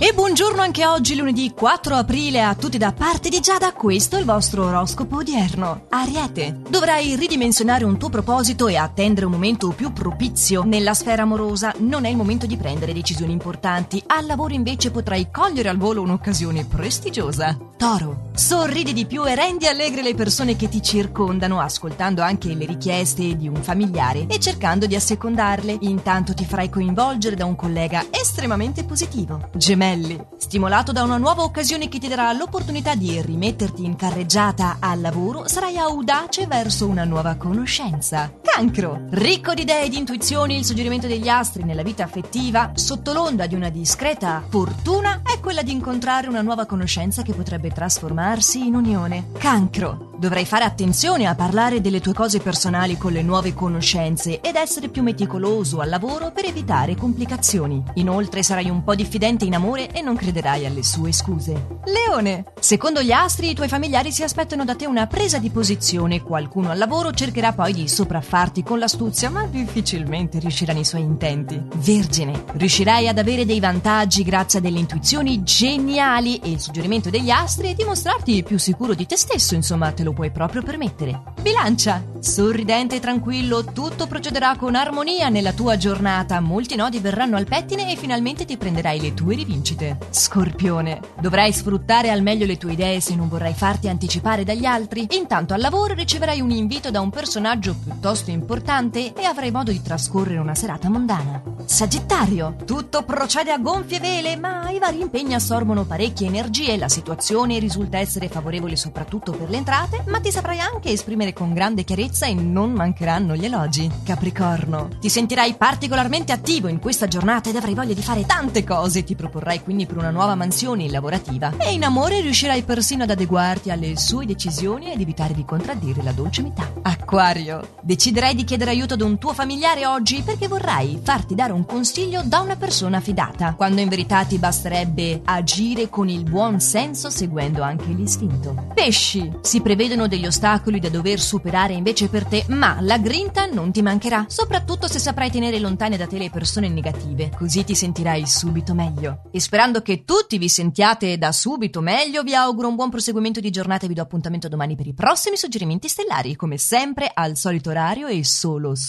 E buongiorno anche oggi, lunedì 4 aprile, a tutti da parte di Giada. Questo è il vostro oroscopo odierno. Ariete, dovrai ridimensionare un tuo proposito e attendere un momento più propizio. Nella sfera amorosa non è il momento di prendere decisioni importanti. Al lavoro invece potrai cogliere al volo un'occasione prestigiosa. Toro, sorridi di più e rendi allegre le persone che ti circondano, ascoltando anche le richieste di un familiare e cercando di assecondarle. Intanto ti farai coinvolgere da un collega estremamente positivo. Gemelli, stimolato da una nuova occasione che ti darà l'opportunità di rimetterti in carreggiata al lavoro, sarai audace verso una nuova conoscenza. Cancro, ricco di idee e di intuizioni, il suggerimento degli astri nella vita affettiva, sotto l'onda di una discreta fortuna, è quella di incontrare una nuova conoscenza che potrebbe trasformarsi in unione. Cancro, dovrai fare attenzione a parlare delle tue cose personali con le nuove conoscenze ed essere più meticoloso al lavoro per evitare complicazioni. Inoltre sarai un po' diffidente in amore e non crederai alle sue scuse. Leone, secondo gli astri i tuoi familiari si aspettano da te una presa di posizione. Qualcuno al lavoro cercherà poi di sopraffarti con l'astuzia, ma difficilmente riuscirà nei suoi intenti. Vergine, riuscirai ad avere dei vantaggi grazie a delle intuizioni geniali e il suggerimento degli astri è di mostrarti più sicuro di te stesso, insomma te lo puoi proprio permettere. Bilancia, sorridente e tranquillo, tutto procederà con armonia nella tua giornata, molti nodi verranno al pettine e finalmente ti prenderai le tue rivincite. Scorpione, dovrai sfruttare al meglio le tue idee se non vorrai farti anticipare dagli altri. Intanto al lavoro riceverai un invito da un personaggio piuttosto importante e avrai modo di trascorrere una serata mondana. Sagittario, tutto procede a gonfie vele, ma i vari impegni assorbono parecchie energie, la situazione risulta essere favorevole soprattutto per le entrate, ma ti saprai anche esprimere con grande chiarezza e non mancheranno gli elogi. Capricorno, ti sentirai particolarmente attivo in questa giornata ed avrai voglia di fare tante cose, ti proporrai quindi per una nuova mansione lavorativa e in amore riuscirai persino ad adeguarti alle sue decisioni ed evitare di contraddire la dolce metà. Acquario, deciderai di chiedere aiuto ad un tuo familiare oggi perché vorrai farti dare un consiglio da una persona fidata, quando in verità ti basterebbe agire con il buon senso seguendo anche l'istinto. Pesci, si prevedono degli ostacoli da dover superare invece per te, ma la grinta non ti mancherà, soprattutto se saprai tenere lontane da te le persone negative, così ti sentirai subito meglio. E sperando che tutti vi sentiate da subito meglio, vi auguro un buon proseguimento di giornata e vi do appuntamento domani per i prossimi suggerimenti stellari, come sempre al solito orario e solo